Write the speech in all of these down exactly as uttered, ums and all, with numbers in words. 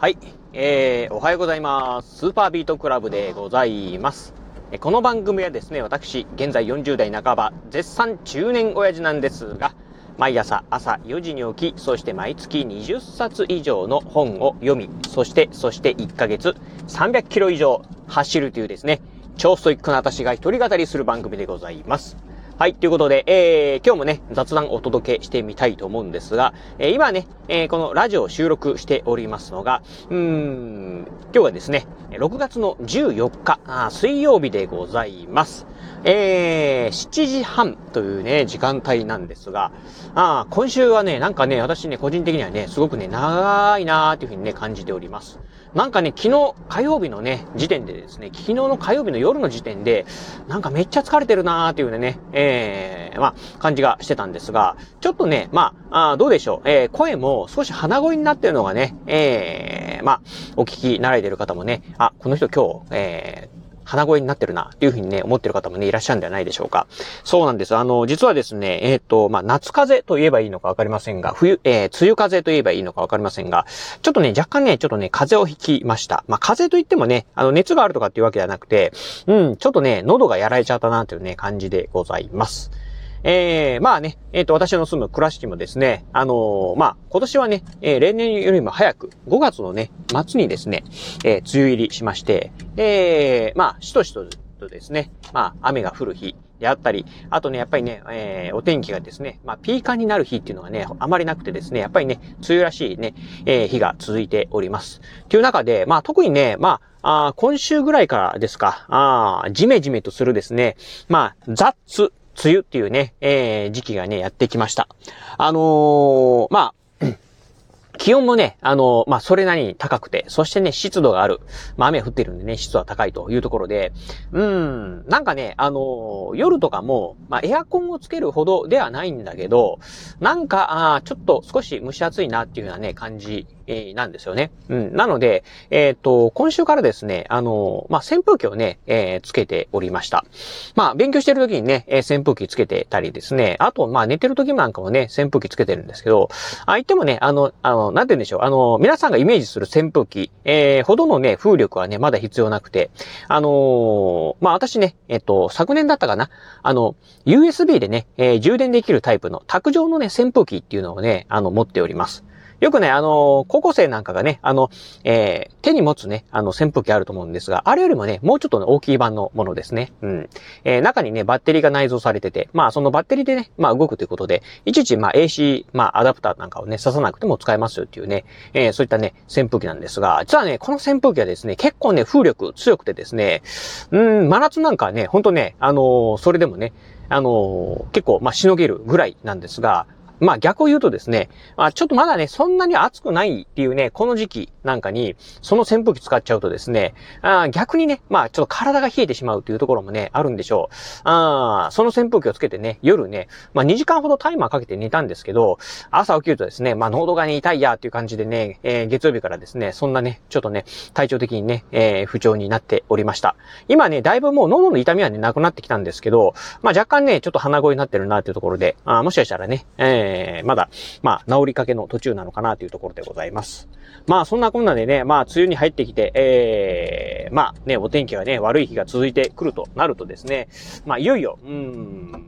はい、えー、おはようございます。スーパービートクラブでございます。この番組はですね、私、現在よんじゅう代半ば、絶賛中年親父なんですが、毎朝朝よじに起き、そして毎月にじゅっさつ以上の本を読み、そして、そしていっかげつさんびゃくキロ以上走るというですね、超ストイックな私が一人語りする番組でございます。はい、ということで、えー、今日もね、雑談をお届けしてみたいと思うんですが、えー、今ね、えー、このラジオを収録しておりますのが、うーん、今日はですね、ろくがつのじゅうよっか、あ水曜日でございます。えー、しちじはんというね、時間帯なんですが、あ今週はね、なんかね、私ね、個人的にはね、すごくね、長いなーっていうふうにね、感じております。なんかね、昨日、火曜日のね、時点でですね、昨日の火曜日の夜の時点で、なんかめっちゃ疲れてるなーっていうね、えー、まあ、感じがしてたんですが、ちょっとね、まあ、あどうでしょう、えー、声も少し鼻声になってるのがね、えー、まあ、お聞き慣れてる方もね、あ、この人今日、えー、鼻声になってるな、っていうふうにね、思ってる方もね、いらっしゃるんではないでしょうか。そうなんです。あの、実はですね、えっと、まあ、夏風邪と言えばいいのかわかりませんが、冬、えー、梅雨風邪と言えばいいのかわかりませんが、ちょっとね、若干ね、ちょっとね、風邪をひきました。まあ、風邪と言ってもね、あの、熱があるとかっていうわけではなくて、うん、ちょっとね、喉がやられちゃったな、というね、感じでございます。えー、まあね、えっと、私の住む倉敷もですね、あのー、まあ、今年はね、えー、例年よりも早く、ごがつのね、末にですね、えー、梅雨入りしまして、えー、まあ、しとしととですね、まあ、雨が降る日であったり、あとね、やっぱりね、えー、お天気がですね、まあ、ピーカーになる日っていうのがね、あまりなくてですね、やっぱりね、梅雨らしいね、えー、日が続いております。という中で、まあ、特にね、まあ、あ今週ぐらいからですか、あジメジメとするですね、まあ、ザ・ツ、梅雨っていうね、えー、時期がね、やってきました。あのー、まあ、気温もね、あの、まあ、それなりに高くて、そしてね、湿度がある。まあ、雨が降ってるんでね、湿度は高いというところで、うーん、なんかね、あの、夜とかも、まあ、エアコンをつけるほどではないんだけど、なんか、あちょっと少し蒸し暑いなっていうようなね、感じ、えー、なんですよね。うん。なので、えっと、今週からですね、あの、まあ、扇風機をね、えー、つけておりました。まあ、勉強してる時にね、えー、扇風機つけてたりですね、あと、まあ、寝てる時なんかもね、扇風機つけてるんですけど、あ、言ってもね、あの、あの、なんて言うんでしょう。あの、皆さんがイメージする扇風機、えー、ほどのね、風力はね、まだ必要なくて、あのー、まあ、私ね、えっと、昨年だったかな、あの、ユーエスビー でね、えー、充電できるタイプの卓上のね、扇風機っていうのをね、あの、持っております。よくね、あの、高校生なんかがね、あの、えー、手に持つね、あの、扇風機あると思うんですが、あれよりもね、もうちょっと、ね、大きい版のものですね。うん。えー、中にね、バッテリーが内蔵されてて、まあ、そのバッテリーでね、まあ、動くということで、いちいち、まあ、エーシー、まあ、アダプターなんかをね、挿さなくても使えますよっていうね、えー、そういったね、扇風機なんですが、実はね、この扇風機はですね、結構ね、風力強くてですね、うん、真夏なんかはね、ほんとね、あのー、それでもね、あのー、結構、まあ、しのげるぐらいなんですが、まあ逆を言うとですね、まあちょっとまだね、そんなに暑くないっていうね、この時期なんかに、その扇風機使っちゃうとですね、あ逆にね、まあちょっと体が冷えてしまうというところもね、あるんでしょう。あその扇風機をつけてね、夜ね、まあにじかんほどタイマーかけて寝たんですけど、朝起きるとですね、まあ喉がね、痛いやっていう感じでね、えー、月曜日からですね、そんなね、ちょっとね、体調的にね、えー、不調になっておりました。今ね、だいぶもう喉の痛みはね、なくなってきたんですけど、まあ若干ね、ちょっと鼻声になってるなっていうところで、あもしかしたらね、えーえー、まだ、まあ、治りかけの途中なのかなというところでございます。まあ、そんなこんなでね、まあ、梅雨に入ってきて、えー、まあね、お天気がね、悪い日が続いてくるとなるとですね、まあ、いよいよ、うん、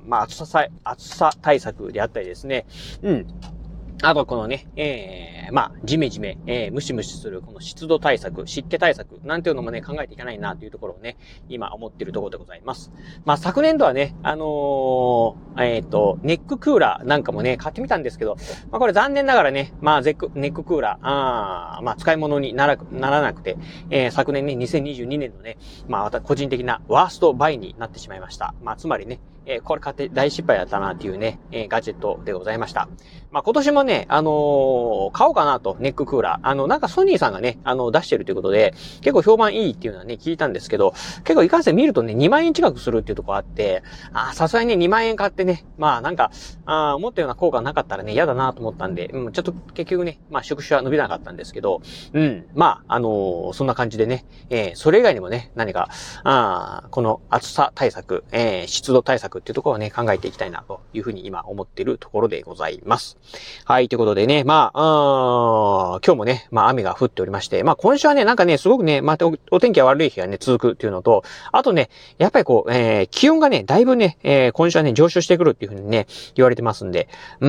まあ、暑ささ、暑さ対策であったりですね、うん、あとこのね、えー、まあ、ジメジメ、えー、ムシムシするこの湿度対策、湿気対策、なんていうのもね、考えていかないなというところをね、今思っているところでございます。まあ、昨年度はね、あのー、えっと、ネッククーラーなんかもね、買ってみたんですけど、まあ、これ残念ながらね、まあ、ゼック、ネッククーラー、あーまあ、使い物になら、ならなくて、えー、昨年ね、にせんにじゅうにねんのね、まあ、個人的なワーストバイになってしまいました。まあ、つまりね、えー、これ買って大失敗だったなっていうね、えー、ガジェットでございました。まあ、今年もね、あのー、買おうかなと、ネッククーラー。あの、なんかソニーさんがね、あの、出してるということで、結構評判いいっていうのはね、聞いたんですけど、結構いかんせん見るとね、にまんえん近くするっていうところあって、あさすがにね、にまんえん買ってね、まあなんか、あ思ったような効果なかったらね、嫌だなと思ったんで、うん、ちょっと結局ね、まあ触手は伸びなかったんですけど、うん、まあ、あのー、そんな感じでね、えー、それ以外にもね、何か、あこの暑さ対策、えー、湿度対策っていうところをね、考えていきたいなというふうに今思っているところでございます。 はい、ということでね、まあ、あ今日もね、まあ雨が降っておりまして、まあ今週はね、なんかね、すごくね、また お, お天気が悪い日がね、続くっていうのと、あとね、やっぱりこう、えー、気温がね、だいぶね、えー、今週はね、上昇してくるっていうふうにね、言われてますんで、うん、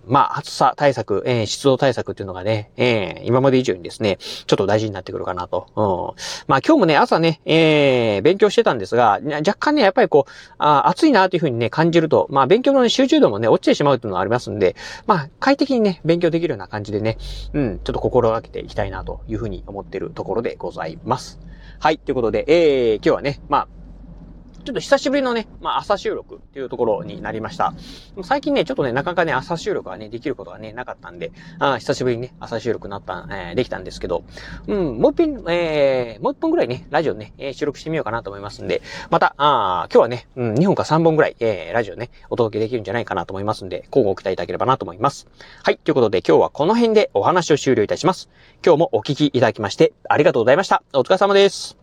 まあ暑さ対策、えー、湿度対策っていうのがね、えー、今まで以上にですね、ちょっと大事になってくるかなと。うん、まあ今日もね、朝ね、えー、勉強してたんですが、若干ね、やっぱりこう、あ暑いなというふうにね、感じると、まあ勉強の、ね、集中度もね、落ちてしまうっていうのがありますんで、まあ快適にね、勉強できるような感じでね、うん、ちょっと心がけていきたいなというふうに思っているところでございます。はい、ということで、えー、今日はね、まあ、ちょっと久しぶりのね、まあ朝収録っていうところになりました。最近ね、ちょっとね、なかなかね、朝収録がね、できることがね、なかったんで、あ久しぶりにね、朝収録なった、えー、できたんですけど、うん、もう一品、えー、もう一本ぐらいね、ラジオね、えー、収録してみようかなと思いますんで、また、あ今日はね、うん、にほんかさんぼんぐらい、えー、ラジオね、お届けできるんじゃないかなと思いますんで、今後ご期待いただければなと思います。はい、ということで今日はこの辺でお話を終了いたします。今日もお聞きいただきまして、ありがとうございました。お疲れ様です。